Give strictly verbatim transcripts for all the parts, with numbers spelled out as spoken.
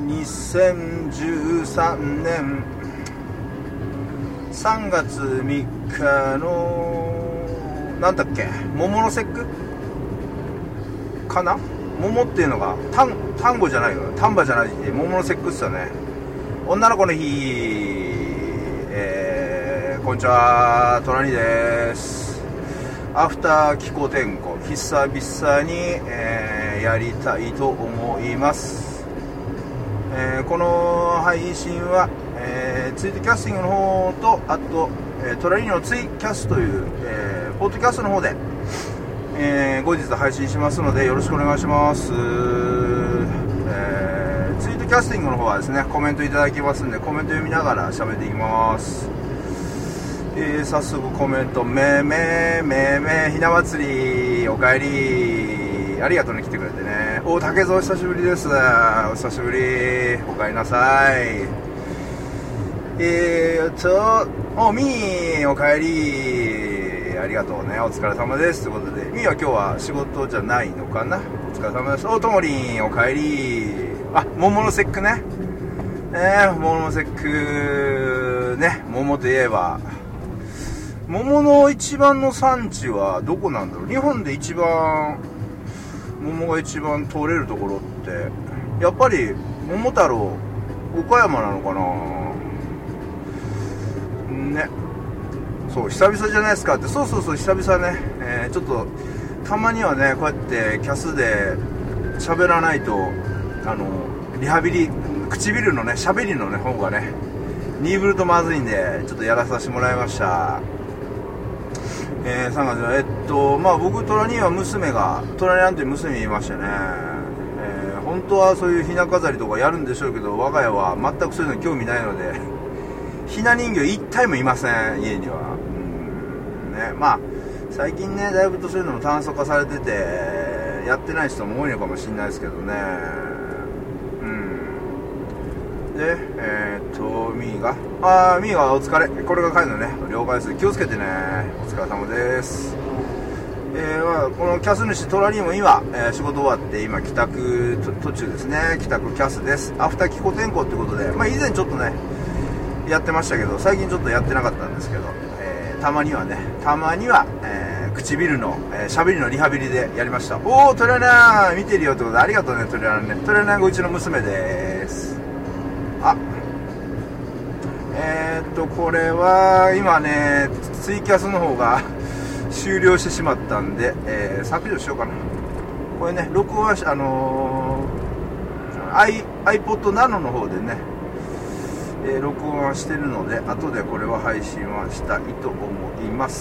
にせんじゅうさんねんさんがつみっかのなんだっけ、桃の節句かな。桃っていうのが単単語じゃないよ、丹波じゃないで桃の節句っすよね。女の子の日、えー、こんにちは、トラニです。アフター気候転校久々に、えー、やりたいと思います。えー、この配信は、えー、ツイートキャスティングの方と、あと、えー、トラニのツイキャスという、えー、ポッドキャストの方で、えー、後日配信しますのでよろしくお願いします。えー、ツイートキャスティングの方はですね、コメントいただきますんで、コメント読みながら喋っていきます。えー、早速コメント、めめめめひな祭りおかえり、ありがとうね、来てくれてね。お竹蔵久しぶりです、お久しぶり、おかえりなさい。えーとおみーおかえり、ありがとうね、お疲れ様ですということで、みーは今日は仕事じゃないのかな。お疲れ様です。おともりんおかえり、あ桃の節句ね、えー、桃の節句ね。桃といえば桃の一番の産地はどこなんだろう。日本で一番桃が一番取れるところってやっぱり桃太郎岡山なのかなね。そう久々じゃないですかって。そうそうそう久々ね、えー、ちょっとたまにはねこうやってキャスで喋らないと、あのリハビリ唇のね喋りのね方がね鈍るとまずいんで、ちょっとやらさせてもらいました。えー、さんがつえっとまあ僕トラには娘がトラニャンという娘いましてね、えー、本当はそういうひな飾りとかやるんでしょうけど、我が家は全くそういうの興味ないのでひな人形一体もいません、家には。うんね、まあ最近ねだいぶとそういうのも簡素化されててやってない人も多いのかもしれないですけどね。で、えー、っとミーがあーミーがお疲れ、これが帰るのね、了解です。気をつけてね、お疲れ様です。えーまあ、このキャス主トラリーも今、えー、仕事終わって今帰宅途中ですね。帰宅キャスです。アフター気候転校ということで、まあ以前ちょっとねやってましたけど最近ちょっとやってなかったんですけど、えー、たまにはねたまには、えー、唇のえー、喋りのリハビリでやりました。おートラナー見てるよってことでありがとうね。トラナーね、トラナーがうちの娘です。あえー、っとこれは今ねツイキャスの方が終了してしまったんで、えー、削除しようかな。これね録音はあのー、iPod Nano の方でね、えー、録音はしてるので後でこれは配信はしたいと思います。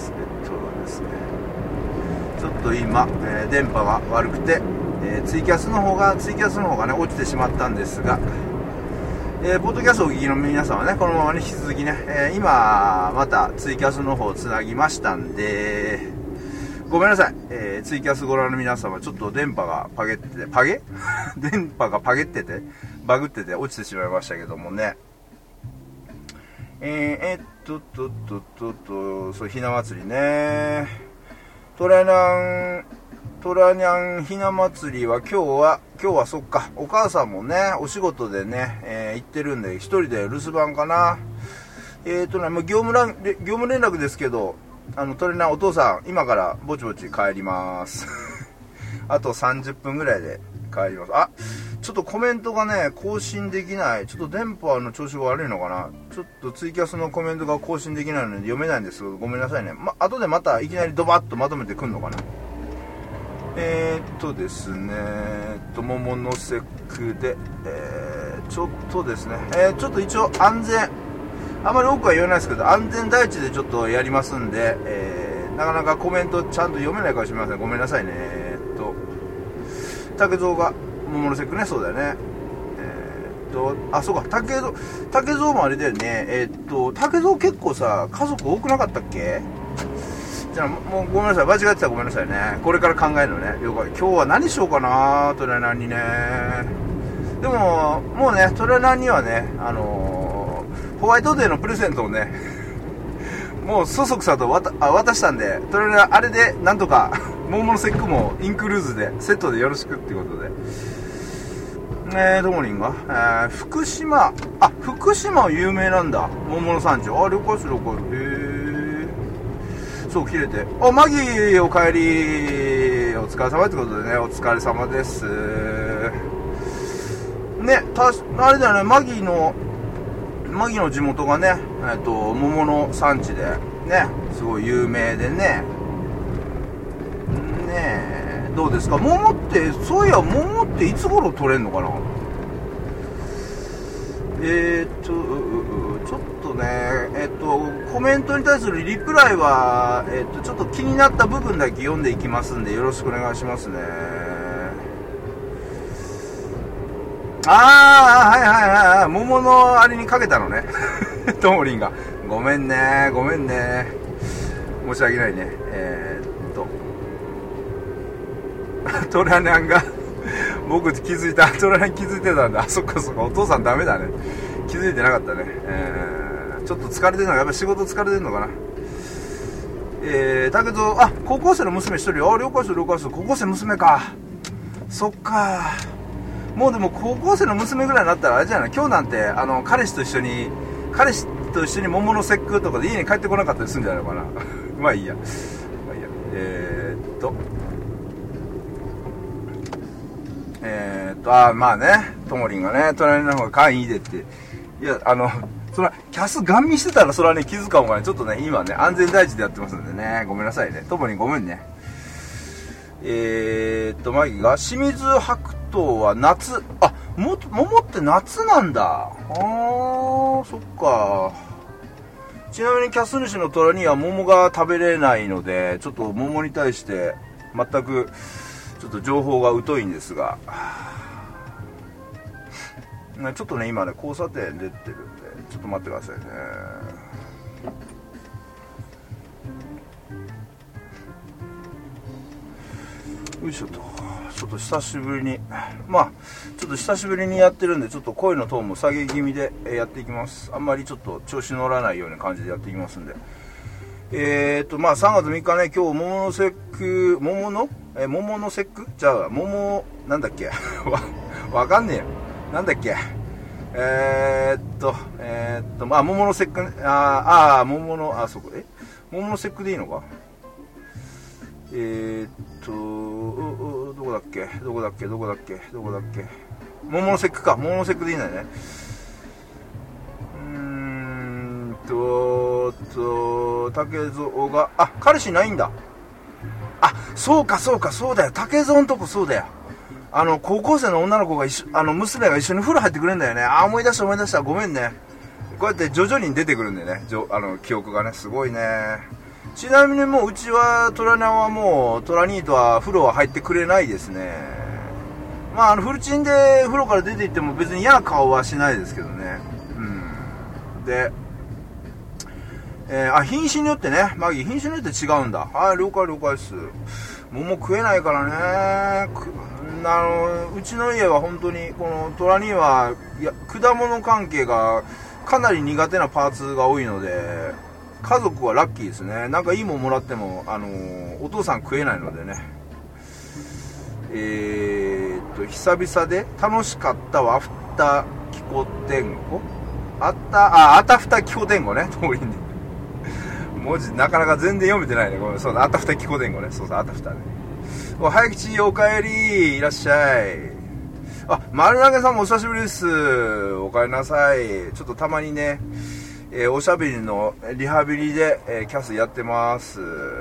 えっとですねちょっと今、えー、電波が悪くて、えー、ツイキャスの方がツイキャスの方がね落ちてしまったんですが、えー、ポッドキャストをお聞きの皆さんはねこのままね引き続きね、えー、今またツイキャスの方をつなぎましたんでごめんなさい、えー、ツイキャスご覧の皆様ちょっと電波がパゲっててパゲ電波がパゲっててバグってて落ちてしまいましたけどもね。えー、えー、っとっとっとっとっとそうひな祭りね、トラニャントラニャンひな祭りは今日は今日はそっかお母さんもねお仕事でね、えー、行ってるんで一人で留守番かな。えーとねもう業務ら業務連絡ですけど、あのトラニャンお父さん今からぼちぼち帰りますあとさんじゅっぷんぐらいで帰ります。あちょっとコメントがね更新できない。ちょっと電波の調子が悪いのかな。ちょっとツイキャスのコメントが更新できないので読めないんですけどごめんなさいね。ま後でまたいきなりドバッとまとめてくんのかな。えー、っとですねえっと桃の節句で、えー、ちょっとですね、えー、ちょっと一応安全あまり多くは言わないですけど安全第一でちょっとやりますんで、えー、なかなかコメントちゃんと読めないかもしれません。ごめんなさいね。えー、っと竹蔵が桃の節句ね、そうだよね。えー、っとあそうか竹蔵竹蔵もあれだよね。えー、っと竹蔵結構さ家族多くなかったっけ。じゃあもうごめんなさい間違ってたらごめんなさいね。これから考えるのね了解。今日は何しようかなトラナンにね。でももうねトラナンにはねあのー、ホワイトデーのプレゼントをねもうそそくさと渡あ渡したんでトラナンあれでなんとか桃の節句もインクルーズでセットでよろしくっていうことで、 えー、ともりんが、えー、福島、あ、福島有名なんだ。桃の産地。あ、了解する了解する。へー。そう、切れて。あ、マギーお帰り。お疲れ様ってことでね、お疲れ様です。ね、た、あれだよね、マギーの、マギーの地元がね、えっと、桃の産地で、ね、すごい有名でね。ねえ、どうですか桃って、そういや桃っていつ頃取れんのかな。えー、っとちょっとね、えっとコメントに対するリプライは、えっとちょっと気になった部分だけ読んでいきますんで、よろしくお願いしますね。ああ、はいはいはい、桃のあれにかけたのねともりんがごめんねごめんね、申し訳ないね。えートラニャンが僕気づいた、トラニャン気づいてたんだ。あ、そっかそっか、お父さんダメだね、気づいてなかったね。えー、ちょっと疲れてるのか、やっぱ仕事疲れてるのかな。えー、だけど、あ、高校生の娘一人よ。あ、了解する了解する。高校生娘か、そっか。もうでも高校生の娘ぐらいになったらあれじゃない、今日なんてあの彼氏と一緒に彼氏と一緒に桃の節句とかで家に帰ってこなかったりするんじゃないのかなまあいいや、まあいいや。えー、っとえー、っと、あー、まあね、ともりんがね、隣の方が勘いいでって。いや、あの、そら、キャスガン見してたらそれはね、気づかんがね、ちょっとね、今ね、安全第一でやってますんでね、ごめんなさいね。ともりんごめんね。えー、っと、マギが、清水白桃は夏、あ、も、桃って夏なんだ。あー、そっか。ちなみにキャス主の虎には桃が食べれないので、ちょっと桃に対して全く、ちょっと情報が疎いんですが、ちょっとね今ね交差点出てるんでちょっと待ってくださいね。よいしょと。ちょっと久しぶりに、まあちょっと久しぶりにやってるんで、ちょっと声のトーンも下げ気味でやっていきます。あんまりちょっと調子乗らないような感じでやっていきますんで、えーとまあさんがつみっかね、今日桃の節句、桃のえ桃の節句じゃあ桃なんだっけわ, わかんねえよ、なんだっけ、えー、っとえー、っとまあ桃の節句、ああ桃のあそこえ桃の節句でいいのか。えー、っとどこだっけどこだっけどこだっけどこだっけ桃の節句か、桃の節句でいいんだよね。うーんとと竹蔵が、あ、彼氏ないんだ。あ、そうかそうか、そうだよ、竹蔵のとこそうだよ、あの高校生の女の子が一緒、あの娘が一緒に風呂入ってくれるんだよね。あ、思い出した思い出した、ごめんね。こうやって徐々に出てくるんだよね、あの記憶がね、すごいね。ちなみにもううちはトラニャンはもうトラニーとは風呂は入ってくれないですね。まああのフルチンで風呂から出て行っても別に嫌な顔はしないですけどね。うんでえー、あ、品種によってね、マギー品種によって違うんだ。はい、了解了解です。桃食えないからね。あのうちの家は本当にこのトラにはいや果物関係がかなり苦手なパーツが多いので、家族はラッキーですね。なんかいいもんもらってもあのお父さん食えないのでね。えー、っと久々で楽しかったわ。アフタキコテンゴあったああたふたキコテンゴね、通りに文字なかなか全然読めてないね。ごめん、そうだ、あたふたキコテンゴね、そうだ、あたふたね。お、早口おかえり、いらっしゃい。あ、丸投げさんもお久しぶりです。おかえりなさい。ちょっとたまにね、えー、おしゃべりのリハビリで、えー、キャスやってます。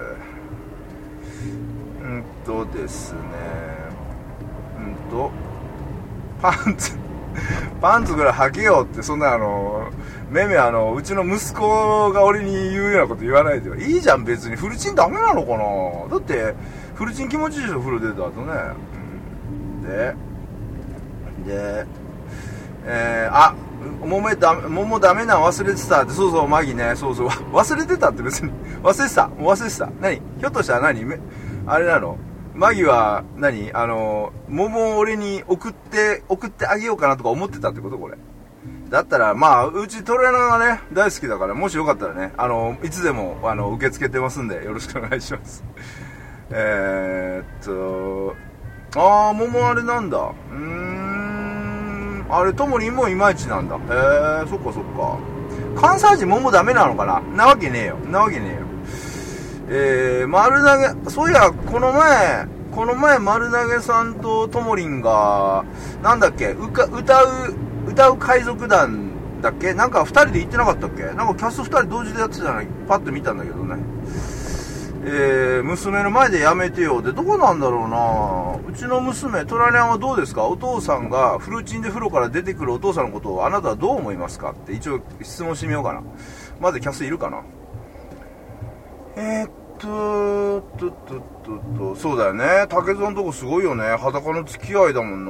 うんとですね、うんとパンツパンツぐらい履けよって、そんなあのめめあのうちの息子が俺に言うようなこと言わないでよ。いいじゃん別に。フルチンダメなのかな。だってフルチン気持ちいいでしょ、風呂出た後ね。ででえー、あ桃ダメ桃ダメな忘れてたって。そうそうマギね、そうそう忘れてたって。別に忘れてた、もう忘れてた。何ひょっとしたら何あれなの、マギは何あの桃を俺に送って送ってあげようかなとか思ってたってこと。これだったらまあうちトレーナーがね大好きだから、もしよかったらね、あのいつでもあの受け付けてますんでよろしくお願いします。えーっとあー桃あれなんだ。うーんあれ、ともりんもいまいちなんだ。へえ、そっかそっか。関西人桃ダメなのかな。なわけねえよ。なわけねえよ。えー、丸投げ、そういや、この前、この前丸投げさんとともりんが、なんだっけ、うか、歌う、歌う海賊団だっけ、なんか二人で行ってなかったっけ、なんかキャスト二人同時でやってたじゃない、パッと見たんだけどね。えー、娘の前でやめてよ。で、どこなんだろうな。うちの娘、トラニャンはどうですか。お父さんがフルチンで風呂から出てくるお父さんのことをあなたはどう思いますかって一応質問してみようかな。まずキャストいるかな。えー、っと、と、と、と、と、そうだよね。竹蔵のとこすごいよね。裸の付き合いだもんな。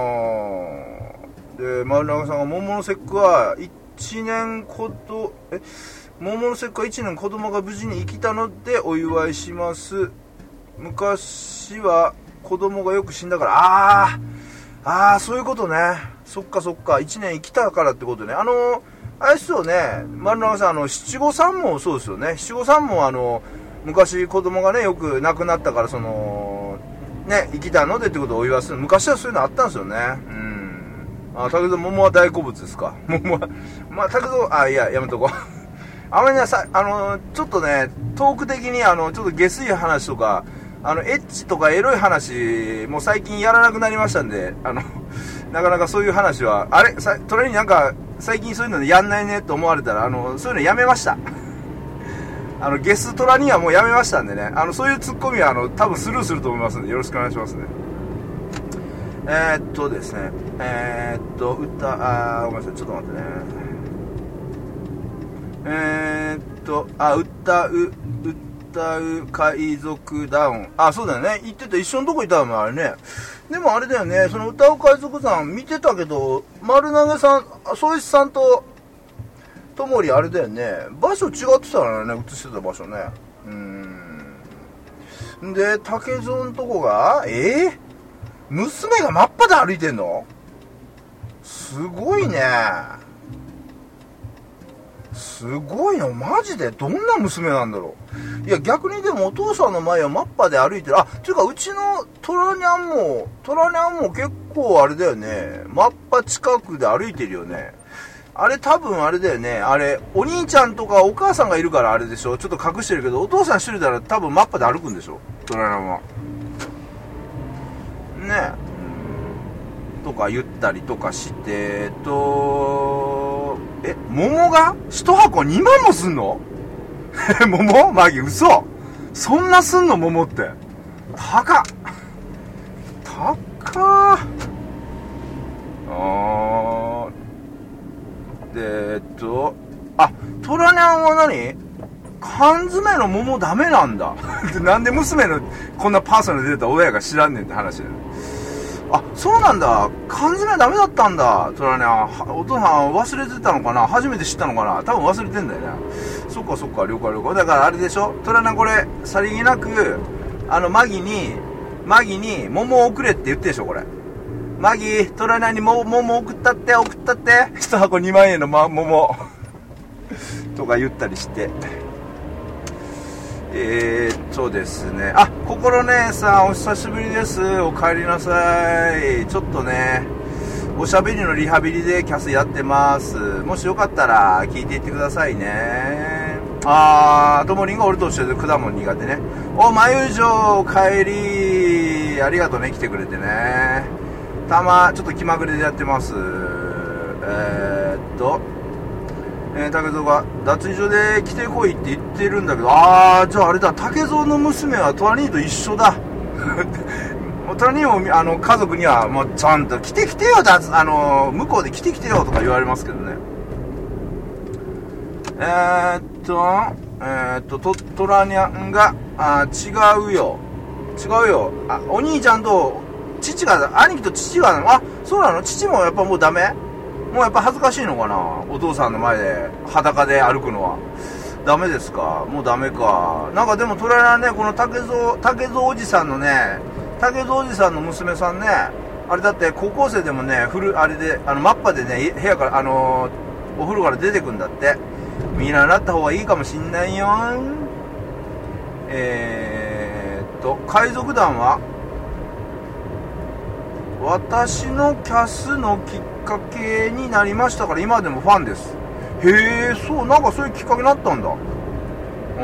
で、丸永さんが桃の節句は一年こと、え、桃の節句はいちねん子供が無事に生きたのでお祝いします。昔は子供がよく死んだから、あー、あー、そういうことね。そっかそっか、いちねん生きたからってことね。あの、あれですよね、丸永さん、あの、七五三もそうですよね。七五三もあの、昔子供がね、よく亡くなったから、その、ね、生きたのでってことをお祝いする。昔はそういうのあったんですよね。うん。あ、竹蔵、桃は大好物ですか。桃は、まあ、竹蔵、あ、いや、やめとこう。あまりね、さ、あの、ちょっとね、トーク的に、あの、ちょっと下水話とか、あの、エッチとかエロい話、もう最近やらなくなりましたんで、あの、なかなかそういう話は、あれ、さ、トレになんか、最近そういうのやんないねと思われたら、あの、そういうのやめました。あの、ゲストラにはもうやめましたんでね、あの、そういうツッコミは、あの、多分スルーすると思いますんで、よろしくお願いしますね。えー、っとですね、えー、っと、歌、あー、ごめんなさい、ちょっと待ってね。えー、っと、あ、歌う、歌う海賊団。あ、そうだよね。言ってた、一緒のとこいたもん、あれね。でもあれだよね、その歌う海賊団見てたけど、丸投げさん、宗一さんと、ともりあれだよね。場所違ってたからね、映してた場所ね。うーん。で、竹蔵のとこが、えー、娘が真っ裸で歩いてんの？すごいね。すごいの、マジでどんな娘なんだろう。いや、逆にでもお父さんの前をマッパで歩いてる。あ、ていうかうちのトラニャンも、トラニャンも結構あれだよね。マッパ近くで歩いてるよね。あれ多分あれだよね。あれ、お兄ちゃんとかお母さんがいるからあれでしょ。ちょっと隠してるけど、お父さん一人なら多分マッパで歩くんでしょ。トラニャンは。ねえ。とか言ったりとかして、えっと、え、桃が一箱にまんもすんの？桃？マギ、嘘？そんなすんの桃って。高っ。高っ。あー。で、えっと、あ、トラニャンは何？缶詰の桃ダメなんだ。なんで娘のこんなパーソナル出た親が知らんねんって話だよ。あ、そうなんだ。缶詰ダメだったんだ。トラニャン。お父さん忘れてたのかな？初めて知ったのかな？多分忘れてんだよね。そっかそっか、了解了解。だからあれでしょ？トラニャンこれ、さりげなく、あの、マギに、マギに桃を送れって言ってでしょ、これ。マギ、トラニャンにも桃送ったって、送ったって。一箱にまんえんの、ま、桃。とか言ったりして。えーっとですね、あ、心姉さんお久しぶりです。お帰りなさい。ちょっとね、おしゃべりのリハビリでキャスやってます。もしよかったら聞いていってくださいね。あー、ともりんが俺と一緒で果物苦手ね。お、まゆじょう、帰り。ありがとうね、来てくれてね。たま、ちょっと気まぐれでやってます。えーっと、えー、竹蔵が脱衣所で来てこいって言ってるんだけど、あー、じゃああれだ、竹蔵の娘はトラニーと一緒だ。トラニーもあの家族にはもうちゃんと来て来てよ、だあの向こうで来て来てよとか言われますけどね。えー、っとえー、っとトトラニャンがあ違うよ違うよ、あ、お兄ちゃんと父が、兄貴と父が、あ、そうなの？父もやっぱもうダメ？もうやっぱ恥ずかしいのかな、お父さんの前で裸で歩くのは。ダメですか？もうダメか。なんかでもトライナーね、この竹蔵竹蔵おじさんのね、竹蔵おじさんの娘さんね、あれだって高校生でもね、フルあれであのマッパでね、部屋からあのー、お風呂から出てくんだって。みんななった方がいいかもしんないよ。えーっと海賊団は私のキャスのきっかけになりましたから今でもファンです。へえ、そう、なんかそういうきっかけになったんだ。うー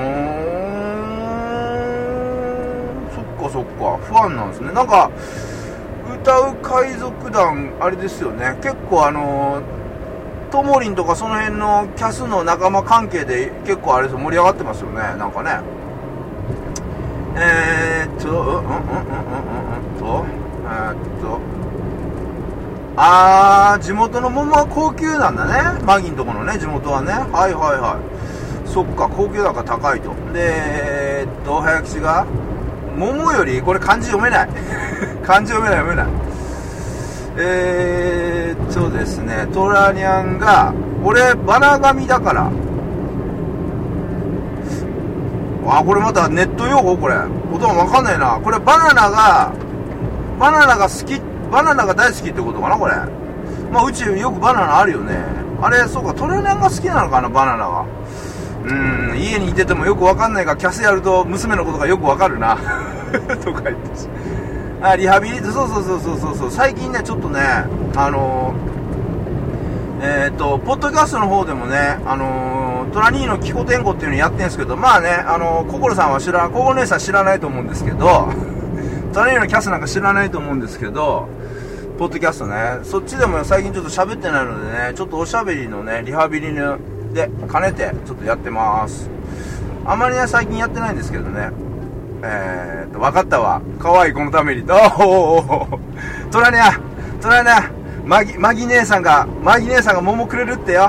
ん、そっかそっか、ファンなんですね。なんか歌う海賊団あれですよね、結構あのともりんとかその辺のキャスの仲間関係で結構あれです、盛り上がってますよね、なんかね。えーっとうんうんうんうんうんうんとえーっとあー、地元の桃は高級なんだね、マギんとこのね、地元はね。はいはいはい、そっか、高級だから高いと。で、えーっと早口が桃より、これ漢字読めない漢字読めない読めないえーっとですね、トラニャンが、俺バナ髪だから、あ、これまたネット用語、これ音が分かんないな。これバナナがバナナが好き、バナナが大好きってことかな、これ。まあうちよくバナナあるよね。あれ、そうか、トラニャンが好きなのかな、バナナが。うーん、家にいててもよく分かんないが、キャスやると娘のことがよく分かるなとか言って、あ、リハビリって、そうそうそうそうそうそう、最近ね、ちょっとね、あのー、えー、っとポッドキャストの方でもね、あのー、トラニーのキコテンコっていうのやってるんですけど、まあね、あのー、ココロさんは知ら、ココロ姉さん知らないと思うんですけどトラニーのキャスなんか知らないと思うんですけど、ポッドキャストね、そっちでも最近ちょっと喋ってないのでね、ちょっとおしゃべりのね、リハビリので兼ねてちょっとやってます。あまりね最近やってないんですけどね。えーっと分かったわ、可愛い子のために、おお、トラニャトラニャマギマギ姉さんがマギ姉さんが桃くれるってよ。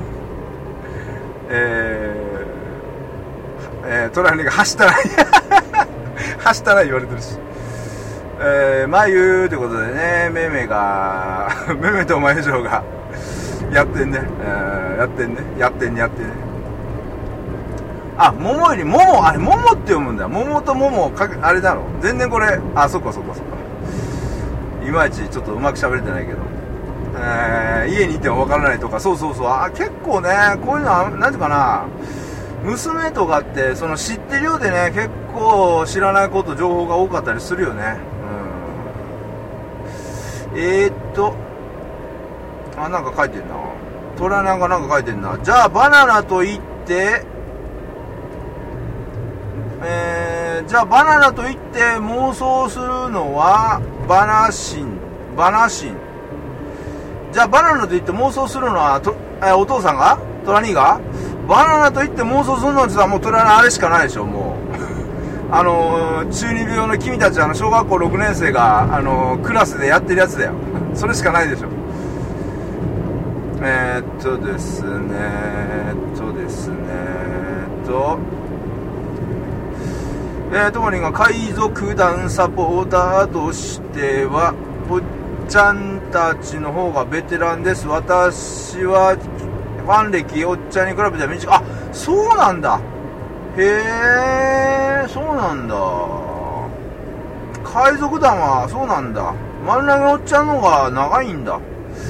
えー、えー、トラニャが走ったら走ったら言われてるし、えー、まゆーってことでね、めめがめめとまゆ嬢がやってんね、えー、やってんねやってんねやってんね。あ、桃より桃、あれ桃って読むんだ。桃と桃かけ、あれだろ、全然これ、あ、そっかそっかそっか、いまいちちょっとうまく喋れてないけど、えー、家にいてもわからないとか、そうそうそう、あ、結構ね、こういうのはなんていうかな、娘とかってその知ってるようでね、結構知らないこと、情報が多かったりするよね。うん、えーっとあ、なんか書いてんな、トラなんかなんか書いてんな。じゃあバナナと言って、えー、じゃあバナナと言って妄想するのはバナシン、バナシン。じゃあバナナと言って妄想するのはと、えー、お父さんが、トラニーがバナナと言って妄想するのってさ、もうトラニーあれしかないでしょ、もうあのー、中二病の君たち、あの小学校ろくねん生が、あのー、クラスでやってるやつだよそれしかないでしょ。えー、っとですねえっとですねえっとえー、ともりんが海賊団サポーターとしてはおっちゃんたちの方がベテランです。私はファン歴おっちゃんに比べては短い。あ、そうなんだ、へえ、そうなんだ、海賊団はそうなんだ、真ん中のおっちゃんの方が長いんだ。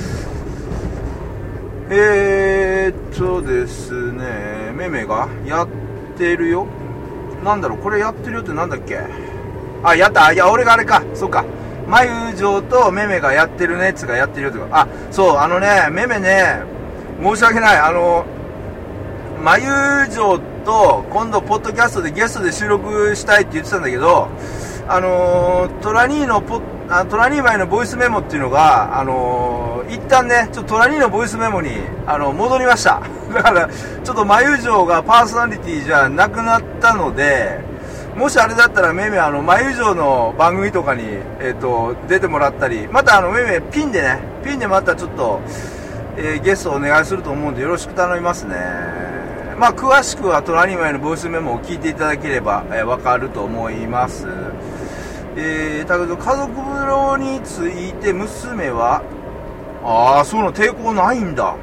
えーっとですね、めめがやってるよ、なんだろう、これやってるよってなんだっけ、あ、やった、いや、俺があれか、そうか、まゆ嬢とめめがやってるねっつがやってるよってか、あ、そう、あのね、めめね、申し訳ない、あのまゆ嬢と今度ポッドキャストでゲストで収録したいって言ってたんだけど、あのー、トラニーのポあトラニー前のボイスメモっていうのが、あのー、一旦ね、ちょっとトラニーのボイスメモにあの戻りました。だからちょっとまゆ嬢がパーソナリティじゃなくなったので、もしあれだったらめめ、あのまゆ嬢の番組とかに、えー、と出てもらったり、またあのめめピンでね、ピンでまたちょっと、えー、ゲストお願いすると思うんでよろしく頼みますね。まあ詳しくはトラニー前のボイスメモを聞いていただければ、えー、分かると思います。えー、だけど家族風呂について娘は、ああ、そういうの抵抗ないんだ。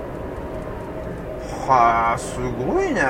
はあ、すごいね。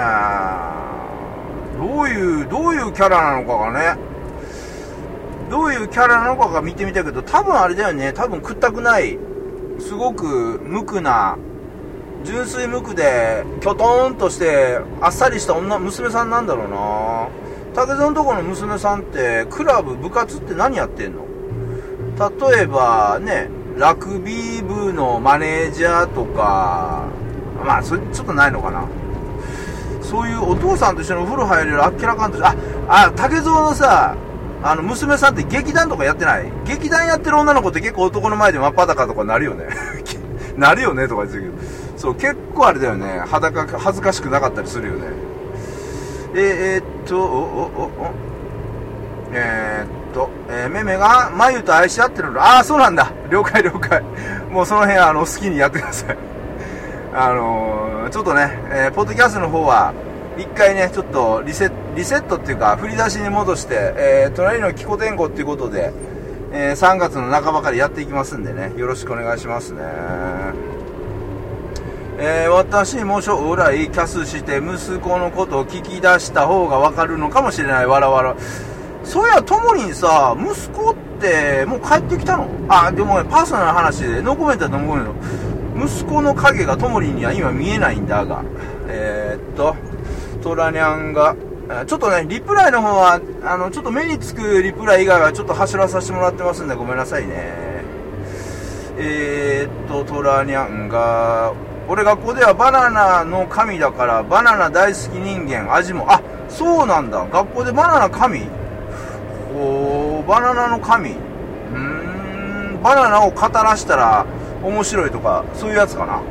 どういうどういうキャラなのかがね、どういうキャラなのかが見てみたいけど、多分あれだよね、多分食ったくない、すごく無垢な、純粋無垢でキョトーンとしてあっさりした女娘さんなんだろうな。竹蔵のとこの娘さんってクラブ部活って何やってんの？ 例えばね、ラグビー部のマネージャーとか、まあそれちょっとないのかな。そういうお父さんと一緒にお風呂入れるあっけらかんと、ああ竹蔵のさ、あの娘さんって劇団とかやってない？劇団やってる女の子って結構男の前で真っ裸とかなるよねなるよねとか言ってるけど、そう結構あれだよね、裸恥ずかしくなかったりするよね。えー、っとおおおおえー、っと、えー、めめが眉と愛し合ってるの。ああそうなんだ、了解了解。もうその辺あの好きにやってくださいあのー、ちょっとね、えー、ポッドキャストの方は一回ねちょっとリセリセットっていうか振り出しに戻して、えー、隣のキコ天候っていうことで、えー、さんがつの半ばからやっていきますんでね、よろしくお願いしますね。えー、私も将来キャスして息子のことを聞き出した方がわかるのかもしれない。わらわら。そういやともりんさ、息子ってもう帰ってきたの？あ、でもねパーソナルな話でノーコメントだと思うの。息子の影がともりんには今見えないんだが、えー、っとトラニャンがちょっとねリプライの方はあのちょっと目につくリプライ以外はちょっと走らさせてもらってますんでごめんなさいね。えー、っとトラニャンが俺学校ではバナナの神だからバナナ大好き人間、味も、あそうなんだ、学校でバナナ神、おバナナの神、うーんバナナを語らしたら面白いとかそういうやつかな。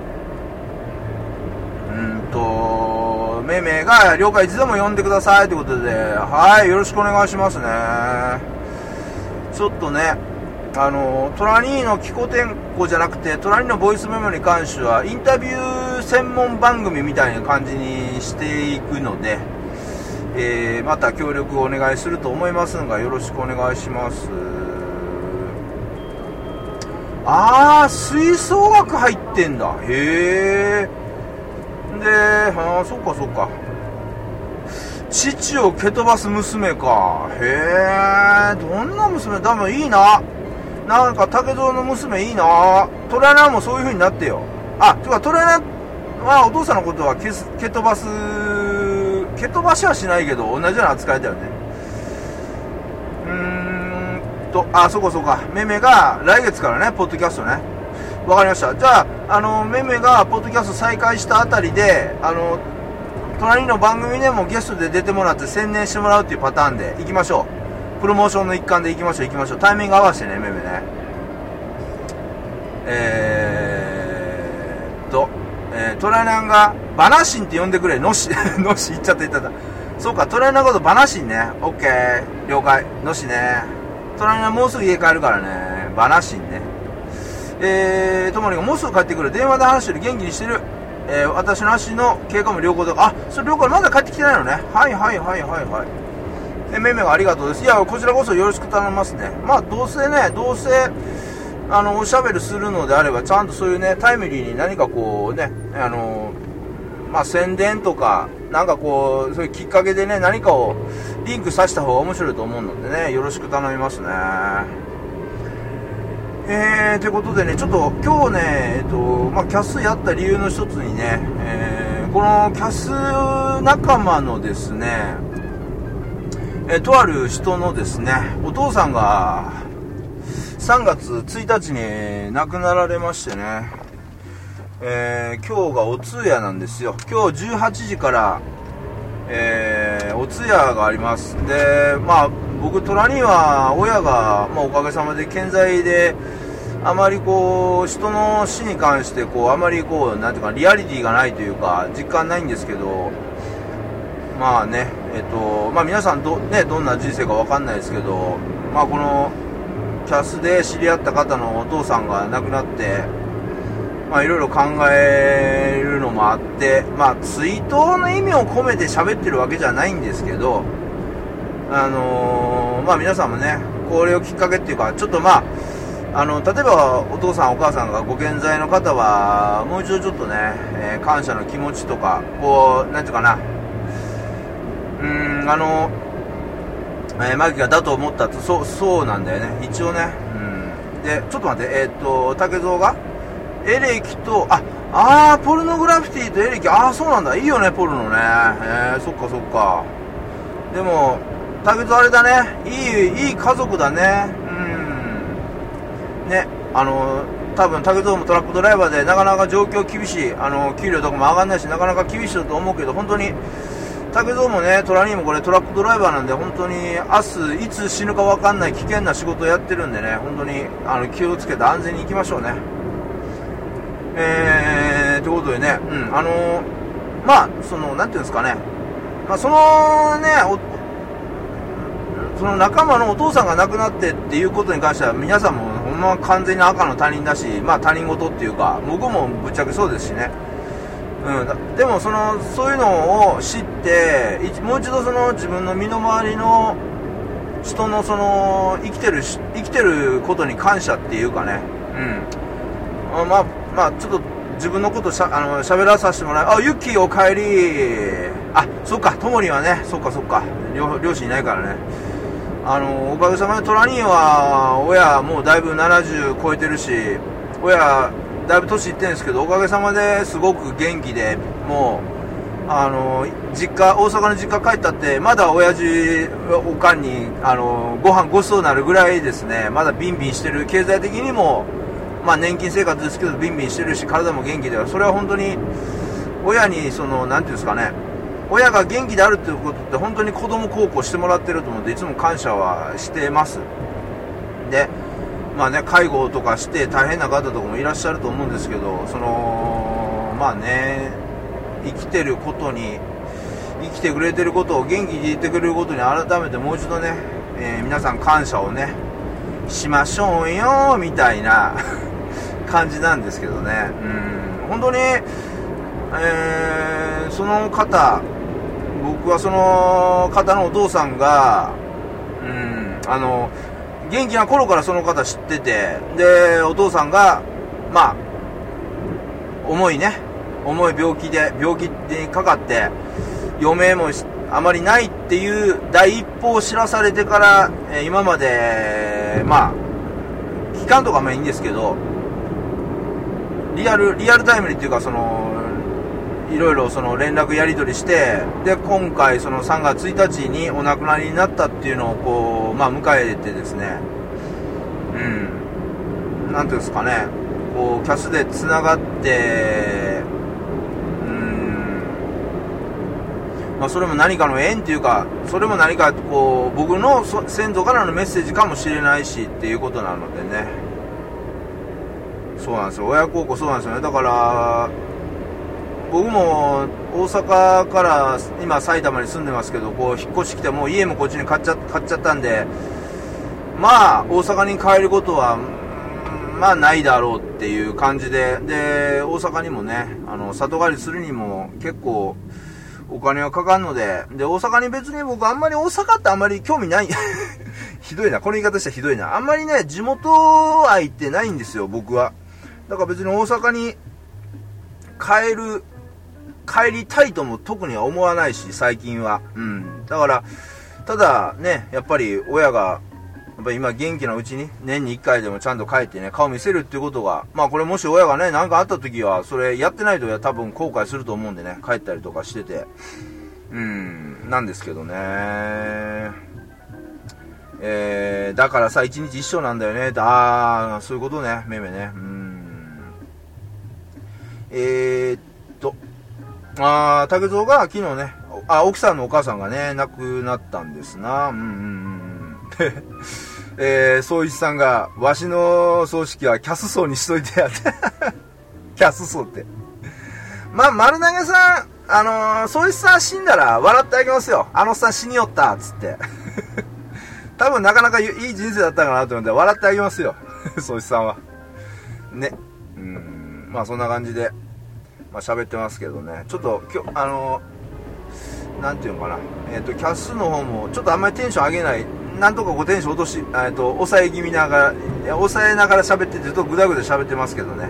うーんとめめが了解、いつでも呼んでくださいということで、はいよろしくお願いしますね。ちょっとねあのトラニーのキコテンコじゃなくてトラニーのボイスメモに関してはインタビュー専門番組みたいな感じにしていくので、えー、また協力をお願いすると思いますのがよろしくお願いします。あー吹奏楽入ってんだ、へえ。で、ああそっかそっか、父を蹴飛ばす娘か、へえ。どんな娘だもいいな、なんか竹蔵の娘いいな。トラナーもそういう風になってよ。あ、てかトラナーはお父さんのことは蹴飛ばす、蹴飛ばしはしないけど同じような扱いだよね。うーんと、あ、そうかそうか、めめが来月からねポッドキャストね、わかりました。じゃああのめめがポッドキャスト再開したあたりであの隣の番組でもゲストで出てもらって宣伝してもらうっていうパターンでいきましょう。プロモーションの一環でいきましょう、いきましょう。タイミング合わせてね、めめね。えーっと、えー、トライナンがバナシンって呼んでくれ。のし、のし、言っちゃった言っちゃった。そうか、トライナンのことバナシンね。オッケー、了解。のしね。トライナンもうすぐ家帰るからね。バナシンね。えー、ともにがもうすぐ帰ってくる。電話で話してる、元気にしてる。えー、私の足の経過も良好で、あ、それ良好、まだ帰ってきてないのね。はいはいはいはいはい。えめめがありがとうです。いやこちらこそよろしく頼みますね。まあどうせねどうせあのおしゃべりするのであればちゃんとそういうねタイムリーに何かこうねあのまあ宣伝とかなんかこうそういうきっかけでね何かをリンクさせた方が面白いと思うのでねよろしく頼みますね。えーということでねちょっと今日ねえっとまあキャスやった理由の一つにね、えー、このキャス仲間のですねえとある人のですねお父さんがさんがつついたちに亡くなられましてね、えー、今日がお通夜なんですよ。今日じゅうはちじから、えー、お通夜があります。でまあ僕隣には親が、まあ、おかげさまで健在であまりこう人の死に関してこうあまりこうなんていうかリアリティがないというか実感ないんですけど、まあねえっとまあ皆さん ど,、ね、どんな人生か分かんないですけど、まあこのキャスで知り合った方のお父さんが亡くなってまあいろいろ考えるのもあってまあ追悼の意味を込めて喋ってるわけじゃないんですけど、あのー、まあ皆さんもねこれをきっかけっていうかちょっとまああの例えばお父さんお母さんがご健在の方はもう一度ちょっとね、えー、感謝の気持ちとかこうなんていうかなうーんあの、えー、マギがだと思ったとそうそうなんだよね一応ね。うんでちょっと待ってえー、っと竹蔵がエレキとああーポルノグラフィティとエレキああそうなんだいいよねポルノねえー、そっかそっか。でも竹蔵あれだねいいいい家族だね。うんね、あの多分竹蔵もトラックドライバーでなかなか状況厳しい、あの給料とかも上がんないしなかなか厳しいと思うけど、本当に竹蔵もね、トラニーもこれトラックドライバーなんで、本当に明日いつ死ぬか分かんない危険な仕事をやってるんでね、本当にあの気をつけて安全に行きましょうね。えーということでね、うん、あのー、まあそのなんていうんですかね、まあ、そのねおその仲間のお父さんが亡くなってっていうことに関しては皆さんもほんま完全に赤の他人だし、まあ他人事っていうか僕もぶっちゃけそうですしね、うん、でもそのそういうのを知ってもう一度その自分の身の回りの人のその生きてる生きてることに感謝っていうかね、うん、まあまあちょっと自分のことしゃあの喋らさせてもらう。あ、ユッキーお帰り。あ、そっか、ともにはね、そっかそっか、両, 両親いないからね。あのおかげさまでトラニーは親もうだいぶななじゅう超えてるし、親だいぶ年いってるんですけど、おかげさまですごく元気で、もうあの実家大阪の実家帰ったってまだ親父おかんにあのご飯ごちそうになるぐらいですね。まだビンビンしてる、経済的にもまあ年金生活ですけどビンビンしてるし、体も元気では、それは本当に親にそのなんていうんですかね、親が元気であるっていうことって本当に子供孝行してもらってると思っていつも感謝はしてます。でまあね、介護とかして大変な方とかもいらっしゃると思うんですけど、そのまあね、生きてることに生きてくれてることを元気でいてくれることに改めてもう一度ね、えー、皆さん感謝をねしましょうよみたいな感じなんですけどね、うん、本当に、えー、その方、僕はその方のお父さんが、うん、あの元気な頃からその方知ってて、でお父さんがまあ重いね重い病気で病気にかかって余命もあまりないっていう第一報を知らされてから、えー、今までまあ期間とかもいいんですけど、リアルリアルタイムにっていうか、そのいろいろその連絡やり取りして、で今回そのさんがつついたちにお亡くなりになったっていうのをこうまあ迎えてですね、うんなんていうんですかね、こうキャスでつながって、うんまあそれも何かの縁っていうか、それも何かこう僕の先祖からのメッセージかもしれないしっていうことなのでね、そうなんですよ、親孝行そうなんですよね。だから僕も大阪から今埼玉に住んでますけど、こう引っ越してきてもう家もこっちに買っちゃ、買っちゃったんで、まあ大阪に帰ることはまあないだろうっていう感じで、で大阪にもね、あの里帰りするにも結構お金はかかるので、で大阪に別に僕あんまり大阪ってあんまり興味ないひどいな、この言い方したらひどいな、あんまりね地元愛ってないんですよ僕は。だから別に大阪に帰る帰りたいとも特には思わないし最近は、うん、だからただね、やっぱり親がやっぱ今元気なうちに年にいっかいでもちゃんと帰ってね顔見せるっていうことが、まあこれもし親がね何かあった時はそれやってないと多分後悔すると思うんでね、帰ったりとかしてて、うんなんですけどね、えー、だからさ一日一緒なんだよねって、ああそういうことね、めめね、うんえー、っとあー竹蔵が昨日ね、あ奥さんのお母さんがね亡くなったんですな、うんうんうんえー、宗一さんがわしの葬式はキャス層にしといてやってキャス層ってまあ丸投げさん、あのー、宗一さん死んだら笑ってあげますよ、あのさん死によったっつって多分なかなかいい人生だったかなと思って笑ってあげますよ宗一さんはね、うんまあそんな感じでまあ喋ってますけどね、ちょっと今日あのー、なんていうのかな、えっ、ー、とキャスの方もちょっとあんまりテンション上げない、なんとかこうテンション落とし、えっと抑え気味ながら、いや抑えながら喋っててちょっとグダグダ喋ってますけどね、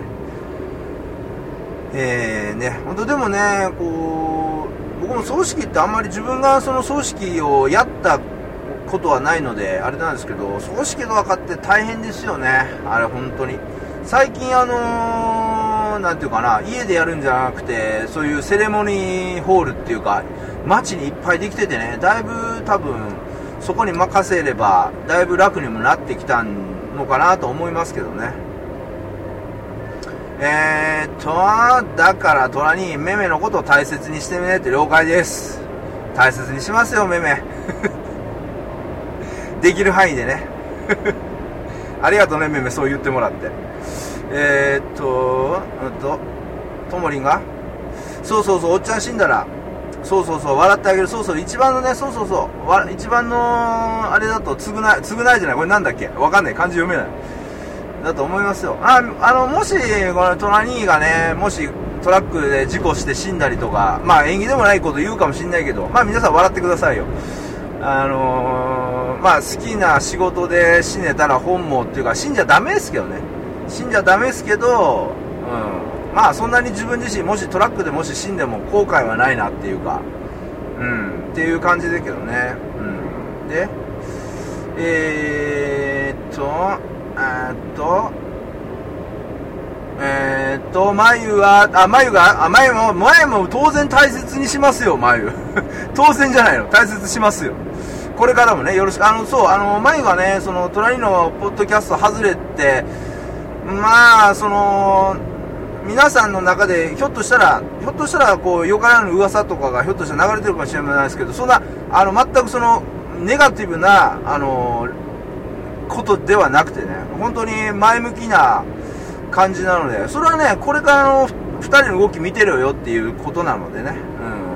えーね本当でもね、こう僕も葬式ってあんまり自分がその葬式をやったことはないのであれなんですけど、葬式とかって大変ですよね、あれ本当に。最近あのー、なんていうかな、家でやるんじゃなくてそういうセレモニーホールっていうか街にいっぱいできててね、だいぶ多分そこに任せればだいぶ楽にもなってきたんのかなと思いますけどね。えーっとだからトラにメメのことを大切にしてねって。了解です。大切にしますよメメできる範囲でねありがとうねメメ、そう言ってもらって。えーっとうんとともりんがそうそうそう、おっちゃん死んだらそうそうそう笑ってあげる。そうそう、一番のね、そうそうそうわ一番のあれだと償い償いじゃない、これなんだっけ、わかんない、漢字読めないだと思いますよ。ああのもしこのトラ兄がね、もしトラックで事故して死んだりとか、まあ縁起でもないこと言うかもしんないけど、まあ皆さん笑ってくださいよ。あのー、まあ好きな仕事で死ねたら本望っていうか、死んじゃダメですけどね、死んじゃダメですけど、うん、まあそんなに自分自身もしトラックでもし死んでも後悔はないなっていうか、うんっていう感じだけどね。うんでえー、っとえー、っとえー、っと眉はあ眉があ眉も眉も当然大切にしますよ眉当然じゃないの、大切しますよ。これからもねよろしく。あのそうあの眉がね、その隣のポッドキャスト外れて、まあその皆さんの中でひょっとしたらひょっとしたらこうよからぬ噂とかがひょっとしたら流れてるかもしれないですけど、そんなあの全くそのネガティブなあのことではなくてね、本当に前向きな感じなので、それはねこれからのふたりの動き見てるよっていうことなのでね、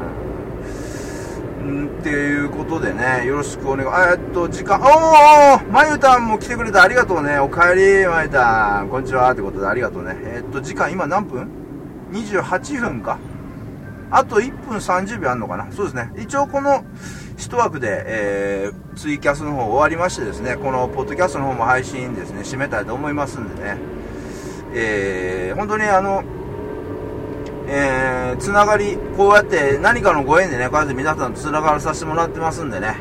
うん、うんっていうことでね、よろしくお願い。えっと時間、おーまゆたんも来てくれてありがとうね。おかえりまゆたん、こんにちはってことでありがとうね。えっと時間今何分 ?にじゅうはちふんか。あといっぷんさんじゅうびょうあんのかな。そうですね、一応この一枠で、えー、ツイキャスの方終わりましてですね、このポッドキャストの方も配信ですね締めたいと思いますんでね、えー、本当にあのえー、つながり、こうやって何かのご縁でねこうやって皆さんとつながらさせてもらってますんでね、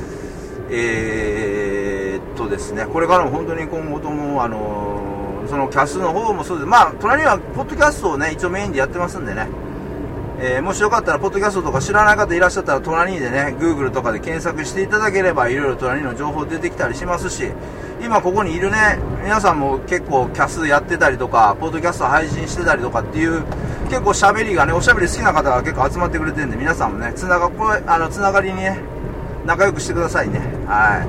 えー、っとですねこれからも本当に今後ともあのー、そのキャスの方もそうです。まあ隣にはポッドキャストをね一応メインでやってますんでね、えー、もしよかったらポッドキャストとか知らない方いらっしゃったら隣でね Google とかで検索していただければいろいろ隣の情報出てきたりしますし、今ここにいるね皆さんも結構キャスやってたりとかポッドキャスト配信してたりとかっていう結構喋りがねおしゃべり好きな方が結構集まってくれてるんで、皆さんもねつながこれあのつながりにね仲良くしてくださいね。はい、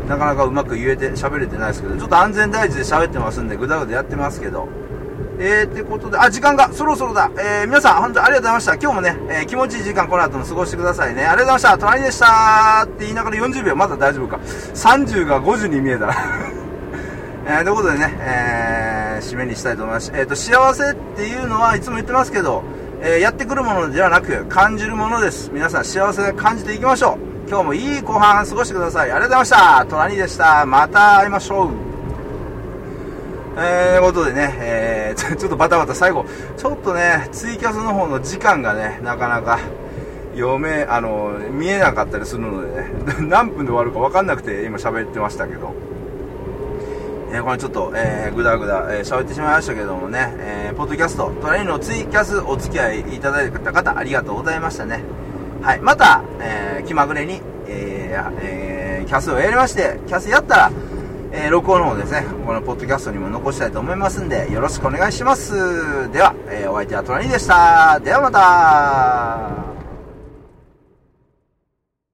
なかなかうまく言えて喋れてないですけど、ちょっと安全第一で喋ってますんでぐだぐだやってますけど、えー、ってことで、あ、時間がそろそろだ。えー、皆さん、本当にありがとうございました。今日もね、えー、気持ちいい時間この後も過ごしてくださいね。ありがとうございました。隣でしたーって言いながらよんじゅうびょう、まだ大丈夫か。さんじゅうがごじゅうに見えた。えー、ということでね、えー、締めにしたいと思います。えっと、幸せっていうのはいつも言ってますけど、えー、やってくるものではなく、感じるものです。皆さん、幸せ感じていきましょう。今日もいい後半過ごしてください。ありがとうございました。隣でした。また会いましょう。えー、ということでね、えー、ちょっとバタバタ最後、ちょっとね、ツイキャスの方の時間がね、なかなか読め、あの、見えなかったりするのでね、何分で終わるか分かんなくて今喋ってましたけど、えー、これちょっと、えー、ぐだぐだ、えー、喋ってしまいましたけどもね、えー、ポッドキャスト、隣のツイキャスお付き合いいただいた方、ありがとうございましたね。はい、また、えー、気まぐれに、えーえー、キャスをやりまして、キャスやったら、えー、録音の方ですね、このポッドキャストにも残したいと思いますんで、よろしくお願いします。では、えー、お相手はトラニーでした。ではまた。